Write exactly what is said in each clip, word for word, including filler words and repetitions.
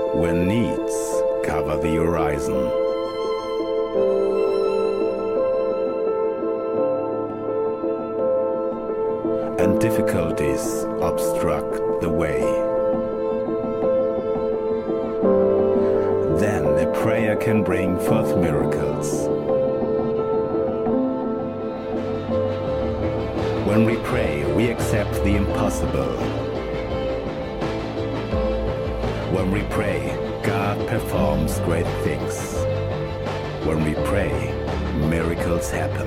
when needs cover the horizon. And difficulties obstruct the way. Then a prayer can bring forth miracles. When we pray, we accept the impossible. When we pray, God performs great things. When we pray, miracles happen.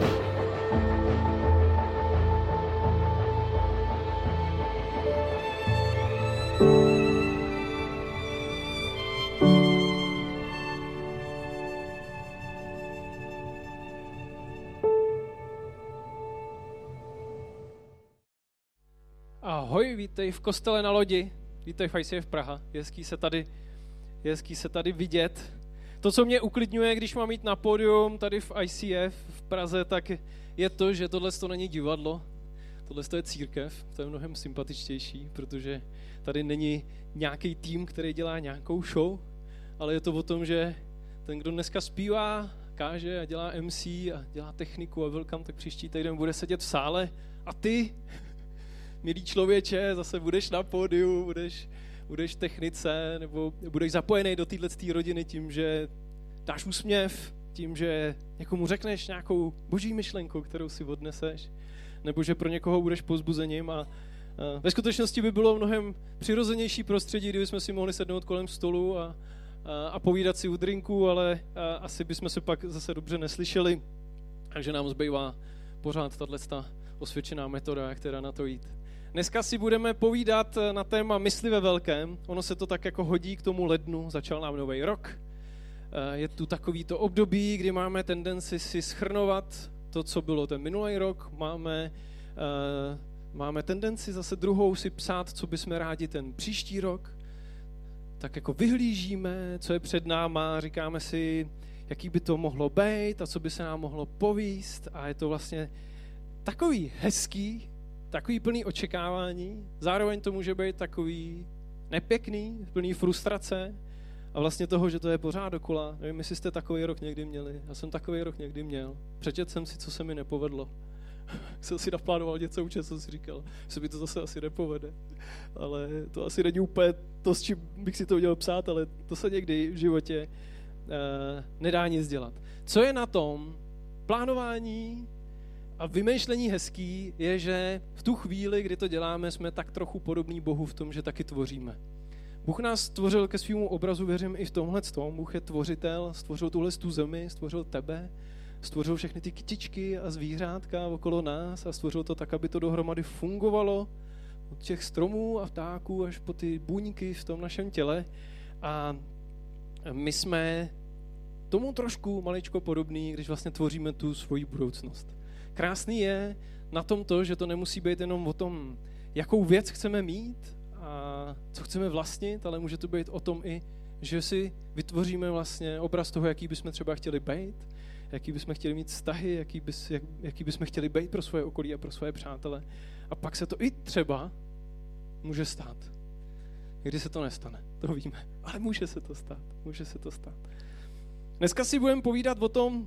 Ahoj, vítej v kostele na lodi, vítej v I C F Praha, je hezký se tady, je hezký se tady vidět. To, co mě uklidňuje, když mám jít na pódium tady v I C F v Praze, tak je to, že tohle to není divadlo, tohle to je církev, to je mnohem sympatičtější, protože tady není nějaký tým, který dělá nějakou show, ale je to o tom, že ten, kdo dneska zpívá, káže a dělá M C a dělá techniku a welcome, tak příští týden bude sedět v sále a ty... Milý člověče, zase budeš na pódiu, budeš, budeš v technice, nebo budeš zapojený do této rodiny tím, že dáš úsměv, tím, že někomu řekneš nějakou boží myšlenku, kterou si odneseš, nebo že pro někoho budeš povzbuzením. A, a ve skutečnosti by bylo mnohem přirozenější prostředí, kdyby jsme si mohli sednout kolem stolu a, a, a povídat si u drinku, ale a, asi bychom se pak zase dobře neslyšeli, takže nám zbývá pořád tato osvědčená metoda, jak teda na to jít. Dneska si budeme povídat na téma mysli ve velkém. Ono se to tak jako hodí k tomu lednu, začal nám nový rok. Je tu takovýto období, kdy máme tendenci si shrnovat to, co bylo ten minulý rok. Máme, máme tendenci zase druhou si psát, co bychom rádi ten příští rok. Tak jako vyhlížíme, co je před náma, říkáme si, jaký by to mohlo být a co by se nám mohlo povíst. A je to vlastně takový hezký, takový plný očekávání, zároveň to může být takový nepěkný, plný frustrace a vlastně toho, že to je pořád dokola. Nevím, jestli jste takový rok někdy měli. Já jsem takový rok někdy měl. Přečetl jsem si, co se mi nepovedlo. Jsem si naplánoval něco učit, jsem si říkal, že by to zase asi nepovede. Ale to asi není úplně to, s čím bych si to měl psát, ale to se někdy v životě uh, nedá nic dělat. Co je na tom plánování a vymýšlení hezký je, že v tu chvíli, kdy to děláme, jsme tak trochu podobný Bohu v tom, že taky tvoříme. Bůh nás stvořil ke svému obrazu, věřím i v tomhle tom. Bůh je tvořitel, stvořil tuhle tu zemi, stvořil tebe, stvořil všechny ty kytičky a zvířátka okolo nás a stvořil to tak, aby to dohromady fungovalo od těch stromů a vtáků až po ty buňky v tom našem těle. A my jsme tomu trošku maličko podobný, když vlastně tvoříme tu svoji budoucnost. Krásný je na tom to, že to nemusí být jenom o tom, jakou věc chceme mít a co chceme vlastnit, ale může to být o tom i, že si vytvoříme vlastně obraz toho, jaký bychom třeba chtěli být, jaký bychom chtěli mít vztahy, jaký, bys, jak, jaký bychom chtěli být pro svoje okolí a pro svoje přátele. A pak se to i třeba může stát. Kdy se to nestane, to víme, ale může se to stát, může se to stát. Dneska si budeme povídat o tom,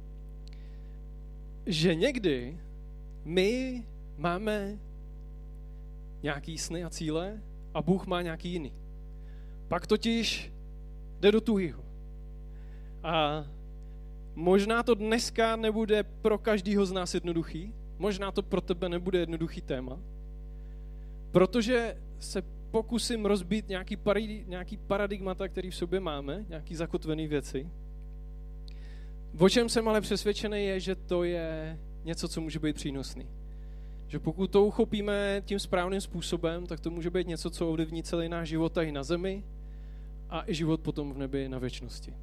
že někdy my máme nějaký sny a cíle a Bůh má nějaký jiný. Pak totiž jde do tujího. A možná to dneska nebude pro každýho z nás jednoduchý, možná to pro tebe nebude jednoduchý téma, protože se pokusím rozbít nějaký, pari, nějaký paradigmata, který v sobě máme, nějaký zakotvený věci. O čem jsem ale přesvědčený je, že to je něco, co může být přínosný. Že pokud to uchopíme tím správným způsobem, tak to může být něco, co ovlivní celý náš život i na zemi a i život potom v nebi na věčnosti.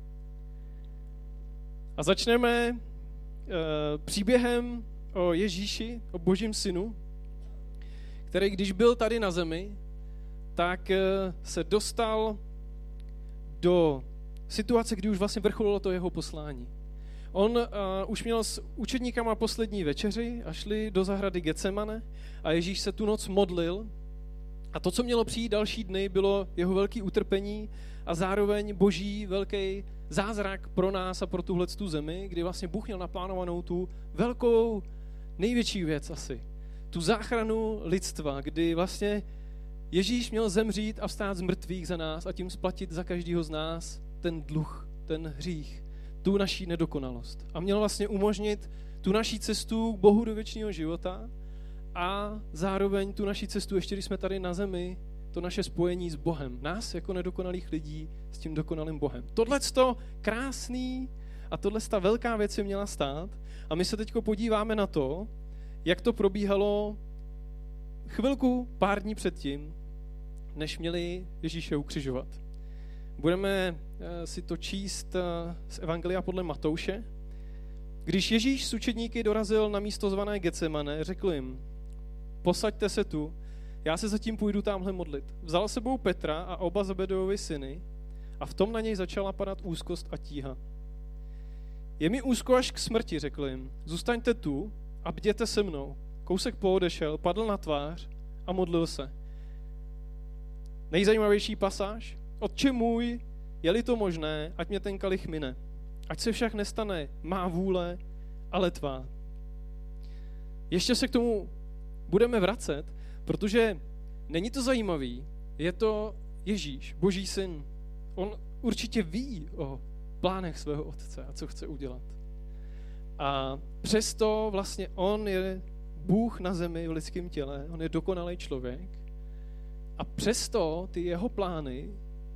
A začneme uh, příběhem o Ježíši, o Božím synu, který když byl tady na zemi, tak uh, se dostal do situace, kdy už vlastně vrcholilo to jeho poslání. On uh, už měl s učedníkama poslední večeři a šli do zahrady Getsemane a Ježíš se tu noc modlil A to, co mělo přijít další dny, bylo jeho velké utrpení a zároveň boží velký zázrak pro nás a pro tuhletu zemi, kdy vlastně Bůh měl naplánovanou tu velkou, největší věc asi. Tu záchranu lidstva, kdy vlastně Ježíš měl zemřít a vstát z mrtvých za nás a tím splatit za každého z nás ten dluh, ten hřích, tu naší nedokonalost. A měl vlastně umožnit tu naší cestu k Bohu do věčného života a zároveň tu naší cestu, ještě když jsme tady na zemi, to naše spojení s Bohem. Nás jako nedokonalých lidí s tím dokonalým Bohem. Tohleto krásný a tohle ta velká věc se měla stát a my se teď podíváme na to, jak to probíhalo chvilku, pár dní předtím, než měli Ježíše ukřižovat. Budeme si to číst z Evangelia podle Matouše. Když Ježíš s učedníky dorazil na místo zvané Getsemane, řekl jim, posaďte se tu, já se zatím půjdu tamhle modlit. Vzal sebou Petra a oba Zebedejovi syny a v tom na něj začala padat úzkost a tíha. Je mi úzko až k smrti, řekl jim, zůstaňte tu a bděte se mnou. Kousek poodešel, padl na tvář a modlil se. Nejzajímavější pasáž? Otče můj, je-li to možné, ať mě ten kalich mine. Ať se však nestane má vůle, ale tvá. Ještě se k tomu budeme vracet, protože není to zajímavý, je to Ježíš, Boží syn. On určitě ví o plánech svého otce a co chce udělat. A přesto vlastně on je Bůh na zemi v lidském těle, on je dokonalý člověk a přesto ty jeho plány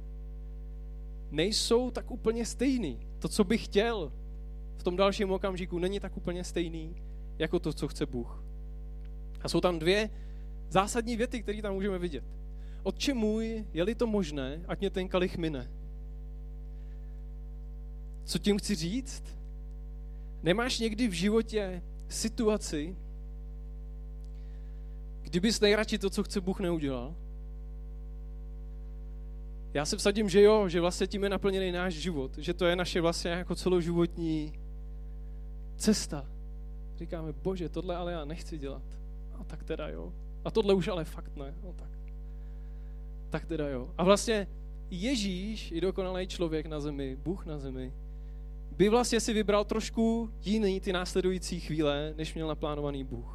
nejsou tak úplně stejný. To, co bych chtěl v tom dalším okamžiku, není tak úplně stejný, jako to, co chce Bůh. A jsou tam dvě zásadní věty, které tam můžeme vidět. Otče můj, je-li to možné, ať mě ten kalich mine. Co tím chci říct? Nemáš někdy v životě situaci, kdybys nejradši to, co chce Bůh, neudělal? Já se vsadím, že jo, že vlastně tím je naplněný náš život, že to je naše vlastně jako celoživotní cesta. Říkáme, bože, tohle ale já nechci dělat. A tak teda jo. A tohle už ale fakt ne. No tak. Tak teda jo. A vlastně Ježíš, i dokonalý člověk na zemi, Bůh na zemi, by vlastně si vybral trošku jiný ty následující chvíle, než měl naplánovaný Bůh.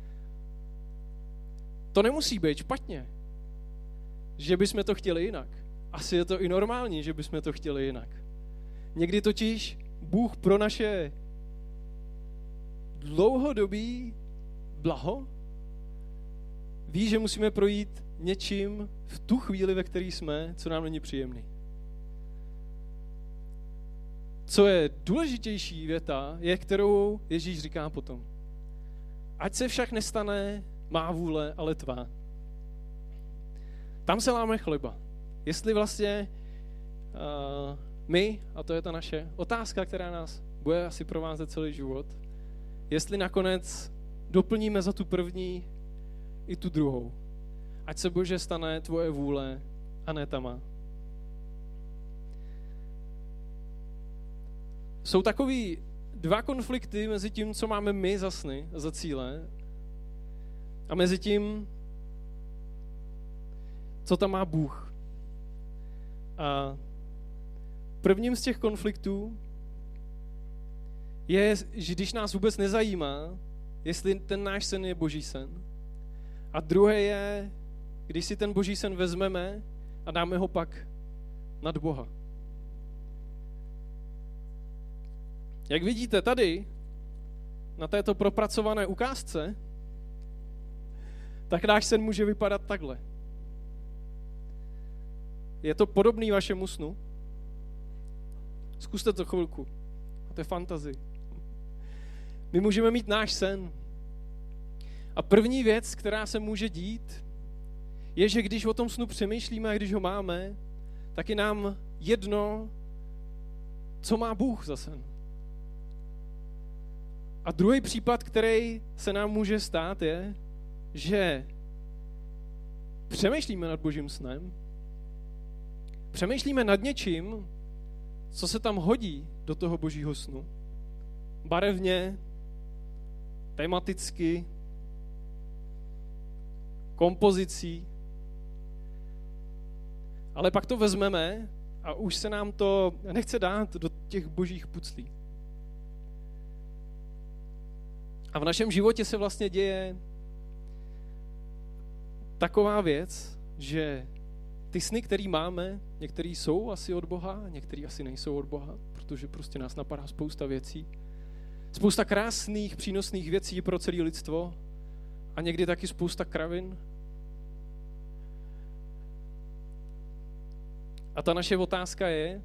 To nemusí být špatně, že bychom to chtěli jinak. Asi je to i normální, že bychom to chtěli jinak. Někdy totiž Bůh pro naše dlouhodobý blaho ví, že musíme projít něčím v tu chvíli, ve které jsme, co nám není příjemný. Co je důležitější věta, je, kterou Ježíš říká potom. Ať se však nestane má vůle, ale tvá. Tam se láme chleba. Jestli vlastně uh, my, a to je ta naše otázka, která nás bude asi provázet celý život, jestli nakonec doplníme za tu první i tu druhou. Ať se, Bože, stane tvoje vůle a ne ta má. Jsou takový dva konflikty mezi tím, co máme my za sny, za cíle, a mezi tím, co tam má Bůh. A prvním z těch konfliktů je, že když nás vůbec nezajímá, jestli ten náš sen je Boží sen. A druhé je, když si ten Boží sen vezmeme a dáme ho pak nad Boha. Jak vidíte tady, na této propracované ukázce, tak náš sen může vypadat takhle. Je to podobný vašemu snu? Zkuste to chvilku. Máte fantazii. My můžeme mít náš sen. A první věc, která se může dít, je, že když o tom snu přemýšlíme a když ho máme, tak je nám jedno, co má Bůh za sen. A druhý případ, který se nám může stát, je, že přemýšlíme nad Božím snem, přemýšlíme nad něčím, co se tam hodí do toho Božího snu. Barevně, tematicky, kompozicí, Ale pak to vezmeme a už se nám to nechce dát do těch božích puclí. A v našem životě se vlastně děje taková věc, že ty sny, který máme, některý jsou asi od Boha, některý asi nejsou od Boha, protože prostě nás napadá spousta věcí. Spousta krásných, přínosných věcí pro celé lidstvo a někdy taky spousta kravin. A ta naše otázka je,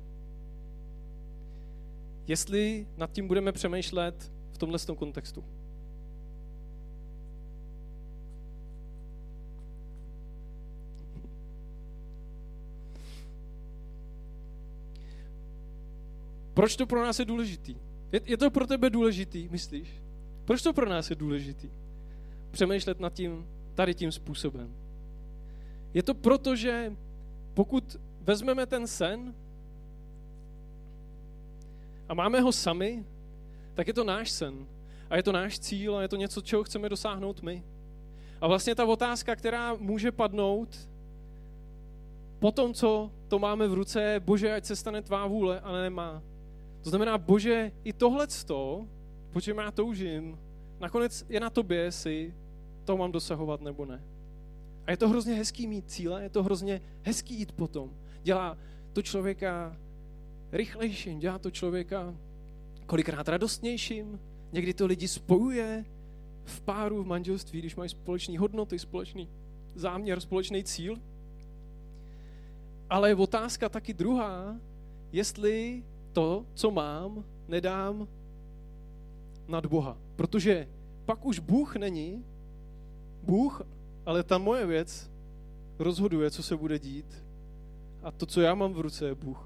jestli nad tím budeme přemýšlet v tomhle kontextu. Proč to pro nás je důležitý? Je, je to pro tebe důležitý, myslíš? Proč to pro nás je důležitý? Přemýšlet nad tím tady tím způsobem. Je to proto, že pokud vezmeme ten sen a máme ho sami, tak je to náš sen. A je to náš cíl a je to něco, čeho chceme dosáhnout my. A vlastně ta otázka, která může padnout po tom, co to máme v ruce, je: Bože, ať se stane tvá vůle, a nemá. To znamená: Bože, i tohleto, po čem já toužím, nakonec je na tobě, jestli to mám dosahovat nebo ne. A je to hrozně hezký mít cíle, je to hrozně hezký jít potom. Dělá to člověka rychlejším, dělá to člověka kolikrát radostnějším, někdy to lidi spojuje v páru, v manželství, když mají společné hodnoty, společný záměr, společný cíl. Ale je otázka taky druhá, jestli to, co mám, nedám nad Boha. Protože pak už Bůh není Bůh, ale ta moje věc rozhoduje, co se bude dít. A to, co já mám v ruce, je Bůh.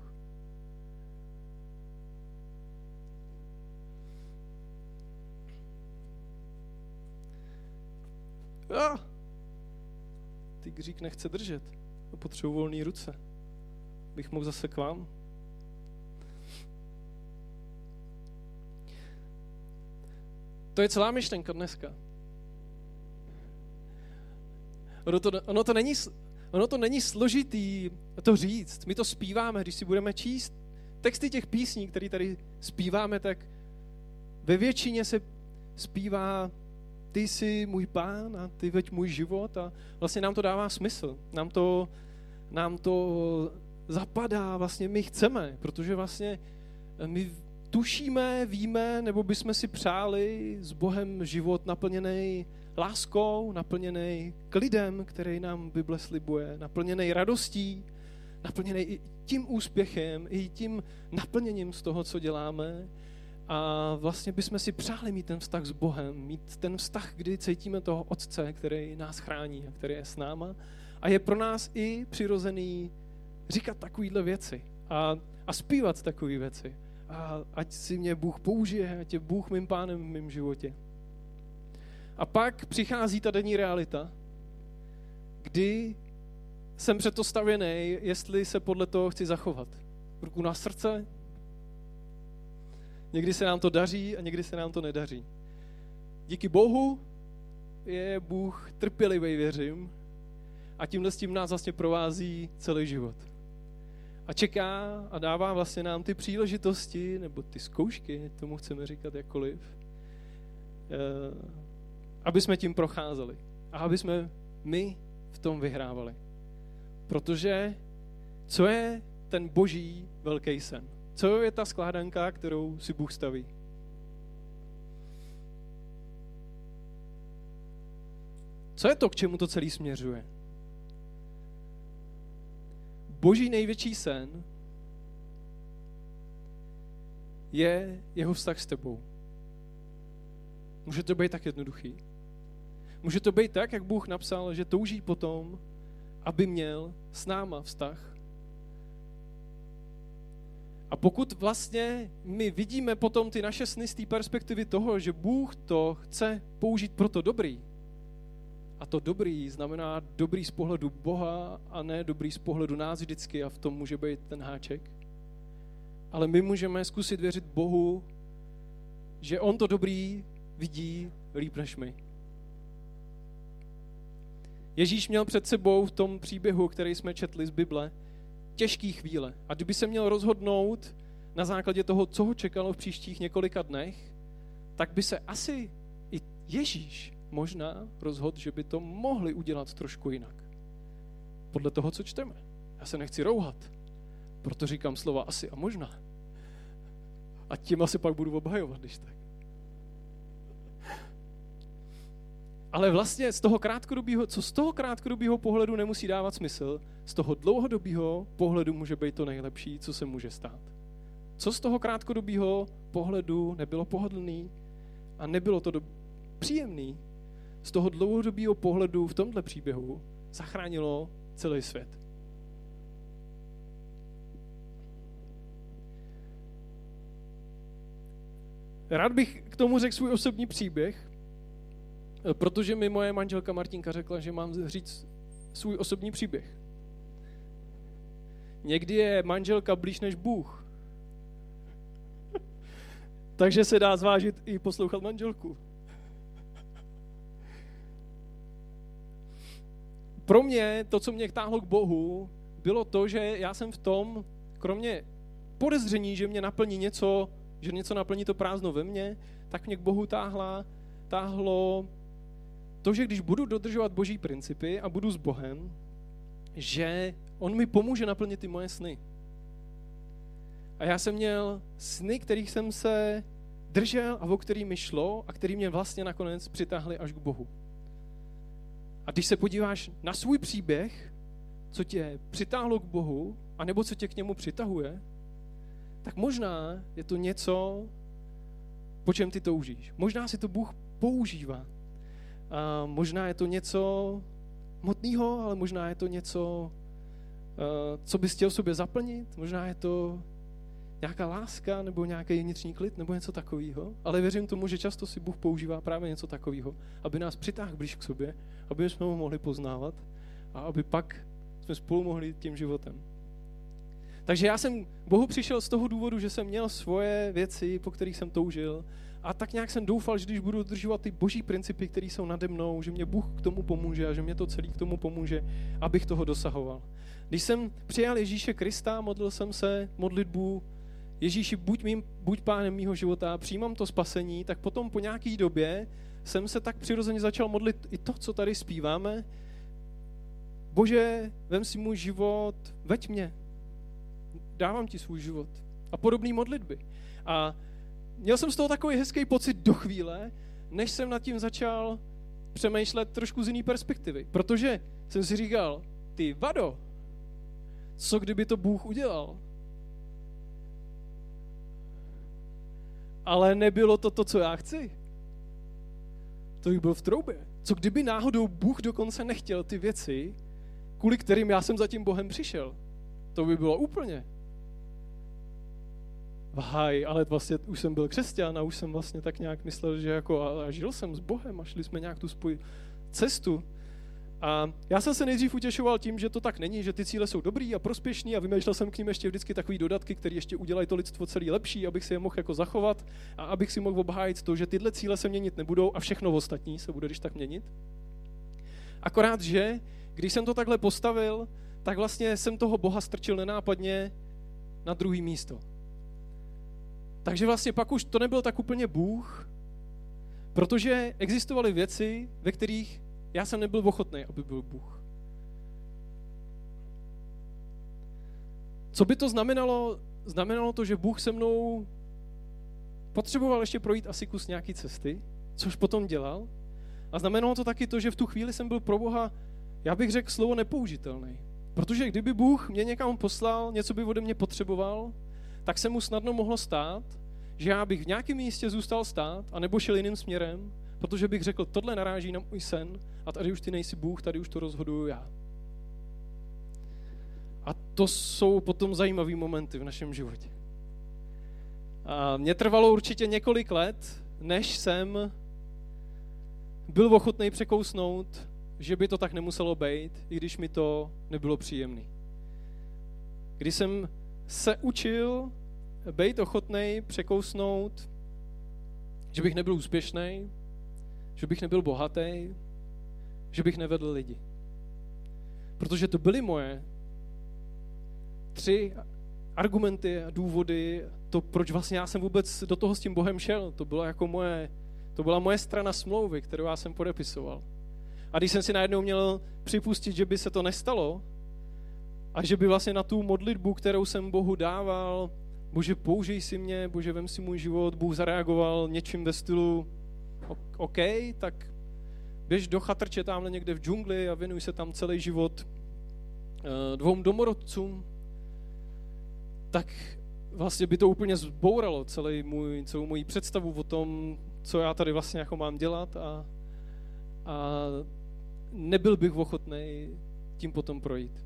Ah, tygřík nechce držet. Potřebuji volné ruce. Bych mohl zase k vám. To je celá myšlenka dneska. Ono to, ono to, není, ono to není složitý to říct. My to zpíváme, když si budeme číst texty těch písní, které tady zpíváme, tak ve většině se zpívá: ty jsi můj pán a ty veď můj život, a vlastně nám to dává smysl. Nám to, nám to zapadá, vlastně my chceme, protože vlastně my tušíme, víme, nebo bychom si přáli s Bohem život naplněný láskou, naplněný klidem, který nám Bible slibuje, naplněný radostí, naplněný i tím úspěchem, i tím naplněním z toho, co děláme. A vlastně bychom si přáli mít ten vztah s Bohem, mít ten vztah, kdy cítíme toho Otce, který nás chrání a který je s náma. A je pro nás i přirozený říkat takovýhle věci a, a zpívat takové věci. A ať si mě Bůh použije, ať je Bůh mým pánem v mém životě. A pak přichází ta denní realita, kdy jsem před to stavěný, jestli se podle toho chci zachovat. Ruku na srdce. Někdy se nám to daří a někdy se nám to nedaří. Díky Bohu je Bůh trpělivý, věřím, a tímhle s tím nás vlastně provází celý život. A čeká a dává vlastně nám ty příležitosti, nebo ty zkoušky, tomu chceme říkat jakkoliv, aby jsme tím procházeli a aby jsme my v tom vyhrávali. Protože co je ten boží velký sen? Co je ta skládanka, kterou si Bůh staví? Co je to, k čemu to celý směřuje? Boží největší sen je jeho vztah s tebou. Může to být tak jednoduchý. Může to být tak, jak Bůh napsal, že touží potom, aby měl s náma vztah. A pokud vlastně my vidíme potom ty naše sny z té perspektivy toho, že Bůh to chce použít pro to dobrý, a to dobrý znamená dobrý z pohledu Boha a ne dobrý z pohledu nás vždycky, a v tom může být ten háček. Ale my můžeme zkusit věřit Bohu, že on to dobrý vidí líp než my. Ježíš měl před sebou v tom příběhu, který jsme četli z Bible, těžké chvíle. A kdyby se měl rozhodnout na základě toho, co ho čekalo v příštích několika dnech, tak by se asi i Ježíš možná rozhodl, že by to mohli udělat trošku jinak. Podle toho, co čteme. Já se nechci rouhat, proto říkám slova asi a možná. A tím asi pak budu obhajovat, když tak. Ale vlastně z toho krátkodobého, co z toho krátkodobého pohledu nemusí dávat smysl, z toho dlouhodobého pohledu může být to nejlepší, co se může stát. Co z toho krátkodobého pohledu nebylo pohodlný a nebylo to do... příjemný, z toho dlouhodobého pohledu v tomhle příběhu zachránilo celý svět. Rád bych k tomu řekl svůj osobní příběh, protože mi moje manželka Martinka řekla, že mám říct svůj osobní příběh. Někdy je manželka blíž než Bůh. Takže se dá zvážit i poslouchat manželku. Pro mě to, co mě táhlo k Bohu, bylo to, že já jsem v tom, kromě podezření, že mě naplní něco, že něco naplní to prázdno ve mně, tak mě k Bohu táhla, táhlo to, že když budu dodržovat Boží principy a budu s Bohem, že on mi pomůže naplnit ty moje sny. A já jsem měl sny, kterých jsem se držel a o který mi šlo a který mě vlastně nakonec přitáhli až k Bohu. A když se podíváš na svůj příběh, co tě přitáhlo k Bohu, anebo co tě k němu přitahuje, tak možná je to něco, po čem ty toužíš. Možná si to Bůh používá. A možná je to něco hmotného, ale možná je to něco, co bys chtěl sobě zaplnit. Možná je to nějaká láska nebo nějaký vnitřní klid nebo něco takového. Ale věřím tomu, že často si Bůh používá právě něco takového, aby nás přitáhl blíž k sobě, aby jsme ho mohli poznávat a aby pak jsme spolu mohli jít tím životem. Takže já jsem Bohu přišel z toho důvodu, že jsem měl svoje věci, po kterých jsem toužil, a tak nějak jsem doufal, že když budu dodržovat ty boží principy, které jsou nade mnou, že mě Bůh k tomu pomůže a že mě to celý k tomu pomůže, abych toho dosahoval. Když jsem přijal Ježíše Krista, modlil jsem se modlitbu Ježíši, buď mým, buď pánem mýho života, přijímám to spasení, tak potom po nějaký době jsem se tak přirozeně začal modlit i to, co tady zpíváme. Bože, vem si můj život, veď mě. Dávám ti svůj život. A podobné modlitby. A měl jsem z toho takový hezký pocit do chvíle, než jsem nad tím začal přemýšlet trošku z jiné perspektivy. Protože jsem si říkal, ty vado, co kdyby to Bůh udělal? Ale nebylo to to, co já chci. To bych byl v troubě. Co kdyby náhodou Bůh dokonce nechtěl ty věci, kvůli kterým já jsem za tím Bohem přišel? To by bylo úplně. Vahaj, ale vlastně už jsem byl křesťan a už jsem vlastně tak nějak myslel, že jako a, a žil jsem s Bohem a šli jsme nějak tu spoj cestu. A já jsem se nejdřív utěšoval tím, že to tak není, že ty cíle jsou dobrý a prospěšný a vymýšlel jsem k ním ještě vždycky takový dodatky, které ještě udělají to lidstvo celý lepší, abych si je mohl jako zachovat a abych si mohl obhájit to, že tyhle cíle se měnit nebudou a všechno ostatní se bude když tak měnit. Akorát, že když jsem to takhle postavil, tak vlastně jsem toho Boha strčil nenápadně na druhý místo. Takže vlastně pak už to nebyl tak úplně Bůh, protože existovaly věci, ve kterých já jsem nebyl ochotný, aby byl Bůh. Co by to znamenalo? Znamenalo to, že Bůh se mnou potřeboval ještě projít asi kus nějaký cesty, což potom dělal. A znamenalo to taky to, že v tu chvíli jsem byl pro Boha, já bych řekl slovo nepoužitelný. Protože kdyby Bůh mě někam poslal, něco by ode mě potřeboval, tak se mu snadno mohlo stát, že já bych v nějakém místě zůstal stát a nebo šel jiným směrem, protože bych řekl, tohle naráží na můj sen a tady už ty nejsi Bůh, tady už to rozhoduju já. A to jsou potom zajímavý momenty v našem životě. A mě trvalo určitě několik let, než jsem byl ochotný překousnout, že by to tak nemuselo být, i když mi to nebylo příjemné. Když jsem se učil být ochotný překousnout, že bych nebyl úspěšný, že bych nebyl bohatý, že bych nevedl lidi. Protože to byly moje tři argumenty a důvody, to, proč vlastně já jsem vůbec do toho s tím Bohem šel. To byla jako moje, to byla moje strana smlouvy, kterou já jsem podepisoval. A když jsem si najednou měl připustit, že by se to nestalo a že by vlastně na tu modlitbu, kterou jsem Bohu dával, Bože, použij si mě, Bože, vem si můj život, Bůh zareagoval něčím ve stylu OK, tak běž do chatrče tamhle někde v džungli a věnuj se tam celý život dvou domorodcům, tak vlastně by to úplně zbouralo celý můj, celou moji představu o tom, co já tady vlastně jako mám dělat a, a nebyl bych ochotný tím potom projít.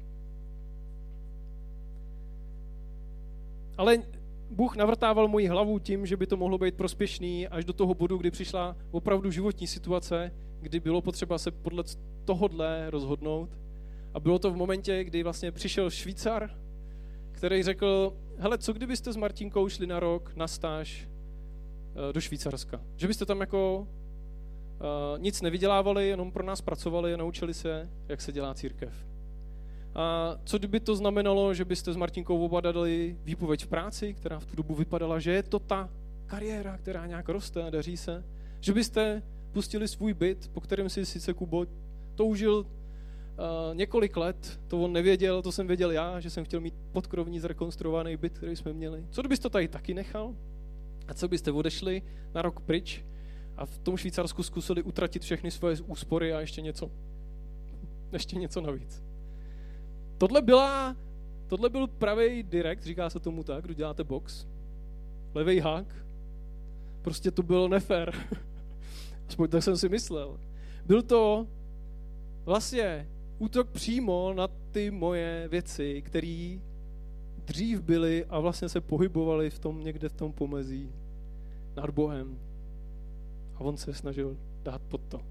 Ale Bůh navrtával moji hlavu tím, že by to mohlo být prospěšný až do toho bodu, kdy přišla opravdu životní situace, kdy bylo potřeba se podle tohodle rozhodnout. A bylo to v momentě, kdy vlastně přišel Švýcar, který řekl, hele, co kdybyste s Martinkou šli na rok na stáž do Švýcarska? Že byste tam jako uh, nic nevydělávali, jenom pro nás pracovali a naučili se, jak se dělá církev. A co kdyby to znamenalo, že byste s Martinkou oba dali výpověď v práci, která v tu dobu vypadala, že je to ta kariéra, která nějak roste a daří se? Že byste pustili svůj byt, po kterém si sice Kubo toužil uh, několik let, to on nevěděl, to jsem věděl já, že jsem chtěl mít podkrovní zrekonstruovaný byt, který jsme měli. Co kdybyste to tady taky nechal? A co byste odešli na rok pryč a v tom Švýcarsku zkusili utratit všechny svoje úspory a ještě něco, ještě něco navíc? Tohle, byla, tohle byl pravý direkt, říká se tomu tak, kdo děláte box. Levej hák. Prostě to bylo nefér. Aspoň tak jsem si myslel. Byl to vlastně útok přímo na ty moje věci, které dřív byly a vlastně se pohybovaly v tom někde v tom pomezí nad Bohem. A on se snažil dát pod to.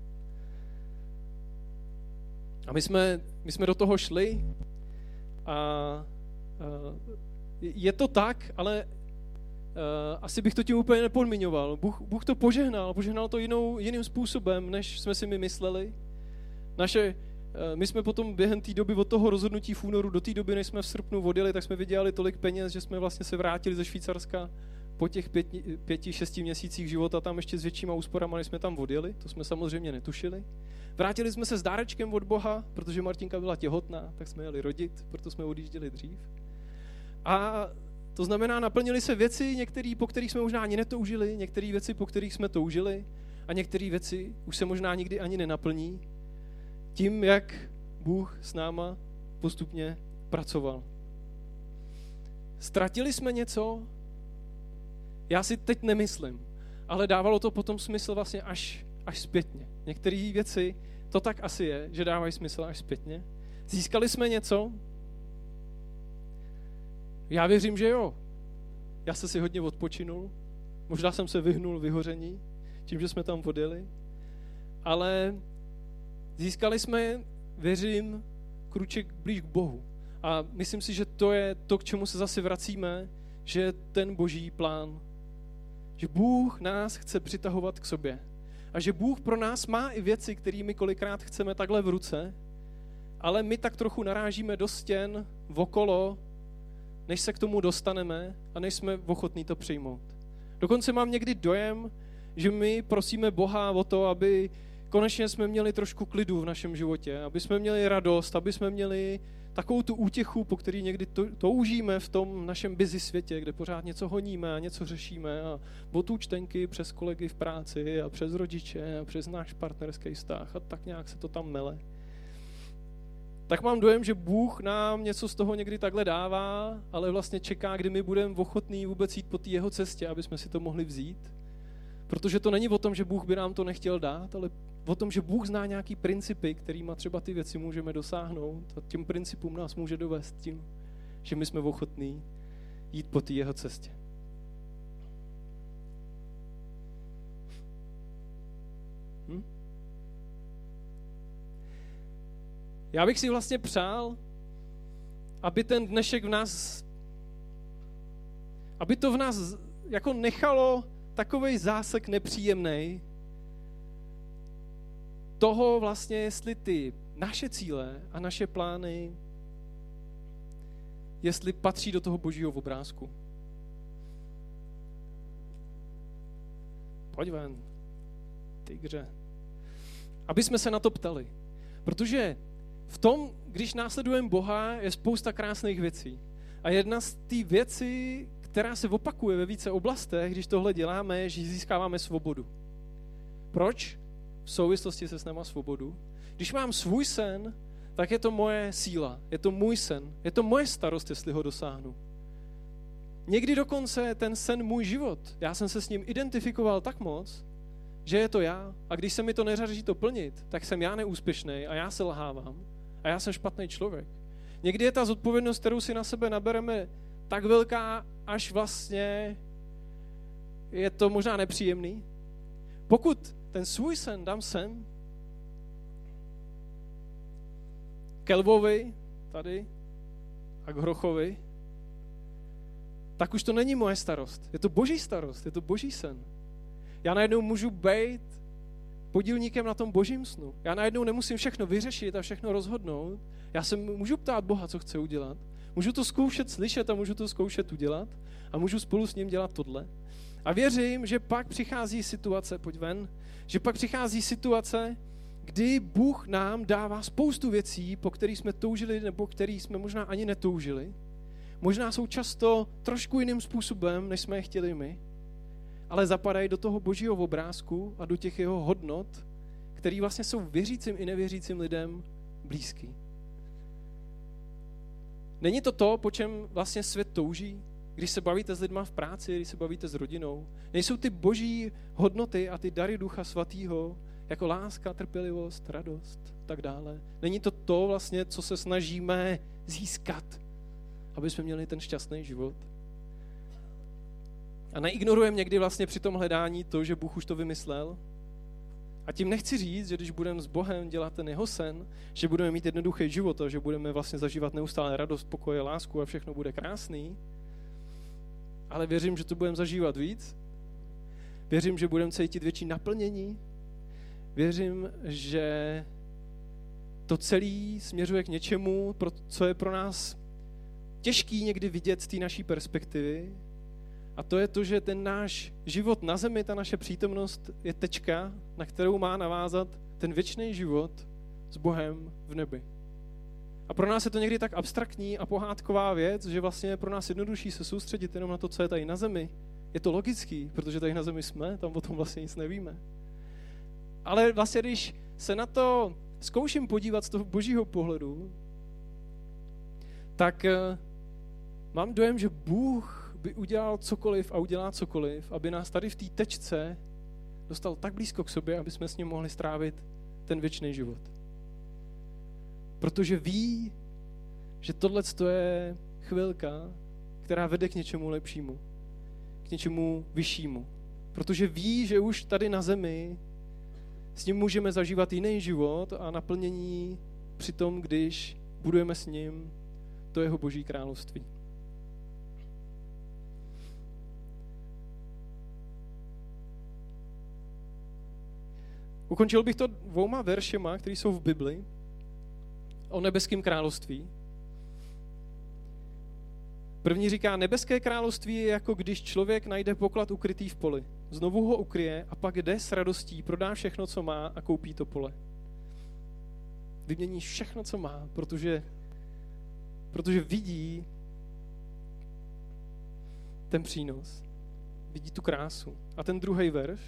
A my jsme, my jsme do toho šli a, a je to tak, ale a, asi bych to tím úplně nepodmiňoval. Bůh, Bůh to požehnal, požehnal to jinou, jiným způsobem, než jsme si my mysleli. Naše, my jsme potom během té doby od toho rozhodnutí v únoru do té doby, než jsme v srpnu odjeli, tak jsme vydělali tolik peněz, že jsme vlastně se vrátili ze Švýcarska po těch pěti, pěti, šesti měsících života tam ještě s většíma úsporama, než jsme tam odjeli. To jsme samozřejmě netušili. Vrátili jsme se s dárečkem od Boha, protože Martinka byla těhotná, tak jsme jeli rodit, proto jsme odjížděli dřív. A to znamená, naplnili se věci, některé, po kterých jsme možná ani netoužili, některé věci, po kterých jsme toužili a některé věci už se možná nikdy ani nenaplní. Tím, jak Bůh s náma postupně pracoval. Ztratili jsme něco? Já si teď nemyslím, ale dávalo to potom smysl vlastně až, až zpětně. Některé věci, to tak asi je, že dávají smysl až zpětně. Získali jsme něco? Já věřím, že jo. Já jsem si hodně odpočinul, možná jsem se vyhnul vyhoření, tím, že jsme tam odjeli, ale získali jsme, věřím, kruček blíž k Bohu. A myslím si, že to je to, k čemu se zase vracíme, že ten boží plán. Že Bůh nás chce přitahovat k sobě. A že Bůh pro nás má i věci, kterými kolikrát chceme takhle v ruce, ale my tak trochu narážíme do stěn okolo, než se k tomu dostaneme a než jsme ochotní to přijmout. Dokonce mám někdy dojem, že my prosíme Boha o to, aby konečně jsme měli trošku klidu v našem životě, aby jsme měli radost, aby jsme měli takovou tu útěchu, po který někdy toužíme v tom našem busy světě, kde pořád něco honíme a něco řešíme a od účtenky přes kolegy v práci a přes rodiče a přes náš partnerský vztah a tak nějak se to tam mele. Tak mám dojem, že Bůh nám něco z toho někdy takhle dává, ale vlastně čeká, kdy my budeme ochotní vůbec jít po té jeho cestě, aby jsme si to mohli vzít. Protože to není o tom, že Bůh by nám to nechtěl dát, ale o tom, že Bůh zná nějaký principy, kterýma třeba ty věci můžeme dosáhnout a těm principům nás může dovést tím, že my jsme ochotní jít po té jeho cestě. Hm? Já bych si vlastně přál, aby ten dnešek v nás, aby to v nás jako nechalo takovej zásek nepříjemnej toho vlastně, jestli ty naše cíle a naše plány jestli patří do toho božího obrázku. Pojď ven, tygře. Aby jsme se na to ptali. Protože v tom, když následujeme Boha, je spousta krásných věcí. A jedna z té věcí, která se opakuje ve více oblastech, když tohle děláme, je, že získáváme svobodu. Proč? V souvislosti se snem a svobodu. Když mám svůj sen, tak je to moje síla, je to můj sen, je to moje starost, jestli ho dosáhnu. Někdy dokonce ten sen můj život. Já jsem se s ním identifikoval tak moc, že je to já. A když se mi to neřaří to plnit, tak jsem já neúspěšný a já se lhávám. A já jsem špatný člověk. Někdy je ta zodpovědnost, kterou si na sebe nabereme, tak velká, až vlastně je to možná nepříjemný. Pokud ten svůj sen dám sem, k Lvovi, tady, a k Hrochovi, tak už to není moje starost. Je to boží starost, je to boží sen. Já najednou můžu být podílníkem na tom božím snu. Já najednou nemusím všechno vyřešit a všechno rozhodnout. Já se můžu ptát Boha, co chce udělat. Můžu to zkoušet slyšet a můžu to zkoušet udělat a můžu spolu s ním dělat tohle. A věřím, že pak přichází situace, pojď ven, že pak přichází situace, kdy Bůh nám dává spoustu věcí, po kterých jsme toužili nebo kterých jsme možná ani netoužili. Možná jsou často trošku jiným způsobem, než jsme je chtěli my, ale zapadají do toho božího obrázku a do těch jeho hodnot, který vlastně jsou věřícím i nevěřícím lidem blízký. Není to to, po čem vlastně svět touží, když se bavíte s lidma v práci, když se bavíte s rodinou. Nejsou ty boží hodnoty a ty dary Ducha Svatého, jako láska, trpělivost, radost, tak dále. Není to to vlastně, co se snažíme získat, aby jsme měli ten šťastný život. A neignorujeme někdy vlastně při tom hledání to, že Bůh už to vymyslel. A tím nechci říct, že když budeme s Bohem dělat ten jeho sen, že budeme mít jednoduchý život a že budeme vlastně zažívat neustále radost, pokoje, lásku a všechno bude krásný. Ale věřím, že to budeme zažívat víc. Věřím, že budeme cítit větší naplnění. Věřím, že to celé směřuje k něčemu, co je pro nás těžký někdy vidět z té naší perspektivy. A to je to, že ten náš život na zemi, ta naše přítomnost je tečka, na kterou má navázat ten věčný život s Bohem v nebi. A pro nás je to někdy tak abstraktní a pohádková věc, že vlastně je pro nás jednodušší se soustředit jenom na to, co je tady na zemi. Je to logický, protože tady na zemi jsme, tam o tom vlastně nic nevíme. Ale vlastně, když se na to zkouším podívat z toho božího pohledu, tak mám dojem, že Bůh by udělal cokoliv a udělá cokoliv, aby nás tady v té tečce dostal tak blízko k sobě, aby jsme s ním mohli strávit ten věčný život. Protože ví, že tohle je chvilka, která vede k něčemu lepšímu, k něčemu vyššímu. Protože ví, že už tady na zemi s ním můžeme zažívat jiný život a naplnění při tom, když budujeme s ním to jeho boží království. Ukončil bych to dvouma veršema, které jsou v Bibli, o nebeském království. První říká, nebeské království je jako když člověk najde poklad ukrytý v poli. Znovu ho ukryje a pak jde s radostí, prodá všechno, co má a koupí to pole. Vymění všechno, co má, protože, protože vidí ten přínos. Vidí tu krásu. A ten druhý verš,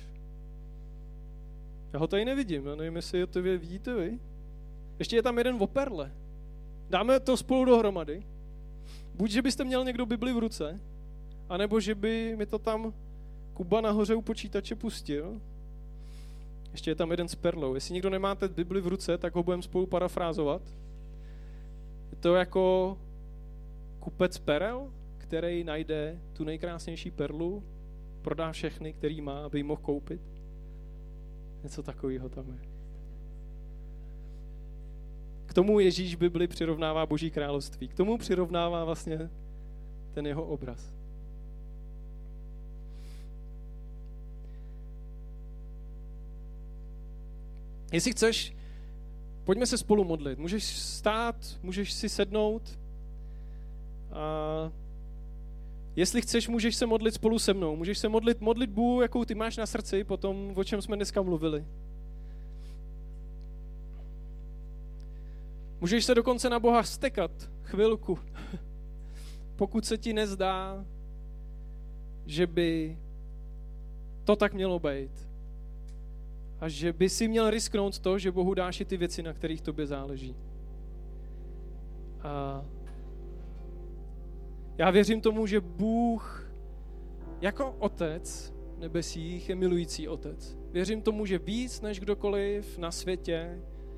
já ho tady nevidím, já nevím, jestli to vy vidíte vy. Ještě je tam jeden o perle. Dáme to spolu dohromady. Buď, že byste měl někdo Bibli v ruce, anebo že by mi to tam Kuba nahoře u počítače pustil. Ještě je tam jeden s perlou. Jestli někdo nemáte Bibli v ruce, tak ho budeme spolu parafrázovat. Je to jako kupec perel, který najde tu nejkrásnější perlu, prodá všechny, který má, aby ji mohl koupit. Něco takového tam je. K tomu Ježíš Bibli přirovnává Boží království. K tomu přirovnává vlastně ten jeho obraz. Jestli chceš, pojďme se spolu modlit. Můžeš stát, můžeš si sednout A jestli chceš, můžeš se modlit spolu se mnou. Můžeš se modlit modlitbu, jakou ty máš na srdci, potom, o čem jsme dneska mluvili. Můžeš se dokonce na Boha stekat chvilku, pokud se ti nezdá, že by to tak mělo být. A že by si měl risknout to, že Bohu dáš i ty věci, na kterých tobě záleží. A já věřím tomu, že Bůh jako otec nebesích je milující otec. Věřím tomu, že víc než kdokoliv na světě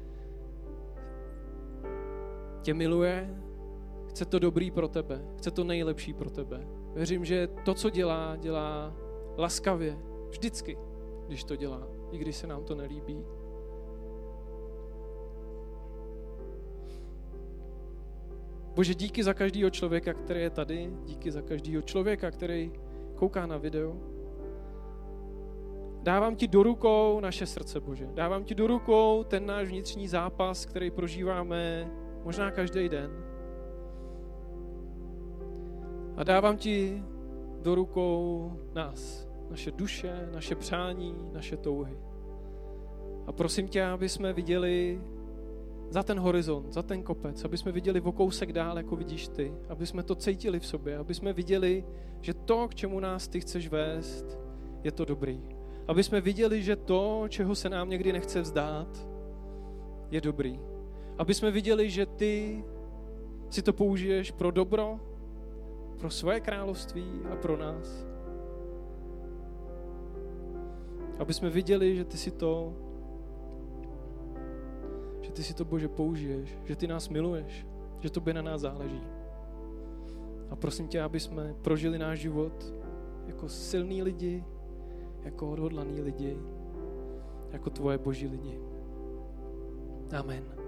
tě miluje, chce to dobrý pro tebe, chce to nejlepší pro tebe. Věřím, že to, co dělá, dělá laskavě, vždycky, když to dělá, i když se nám to nelíbí. Bože, díky za každého člověka, který je tady, díky za každého člověka, který kouká na video. Dávám ti do rukou naše srdce, Bože. Dávám ti do rukou ten náš vnitřní zápas, který prožíváme možná každý den. A dávám ti do rukou nás, naše duše, naše přání, naše touhy. A prosím tě, aby jsme viděli za ten horizont, za ten kopec, aby jsme viděli o kousek dál, jako vidíš ty, aby jsme to cítili v sobě, aby jsme viděli, že to, k čemu nás ty chceš vést, je to dobrý. Aby jsme viděli, že to, čeho se nám někdy nechce vzdát, je dobrý. Aby jsme viděli, že ty si to použiješ pro dobro, pro svoje království a pro nás. Aby jsme viděli, že ty si to že ty si to, Bože, použiješ, že ty nás miluješ, že tobě na nás záleží. A prosím tě, aby jsme prožili náš život jako silní lidi, jako odhodlaní lidi, jako tvoje Boží lidi. Amen.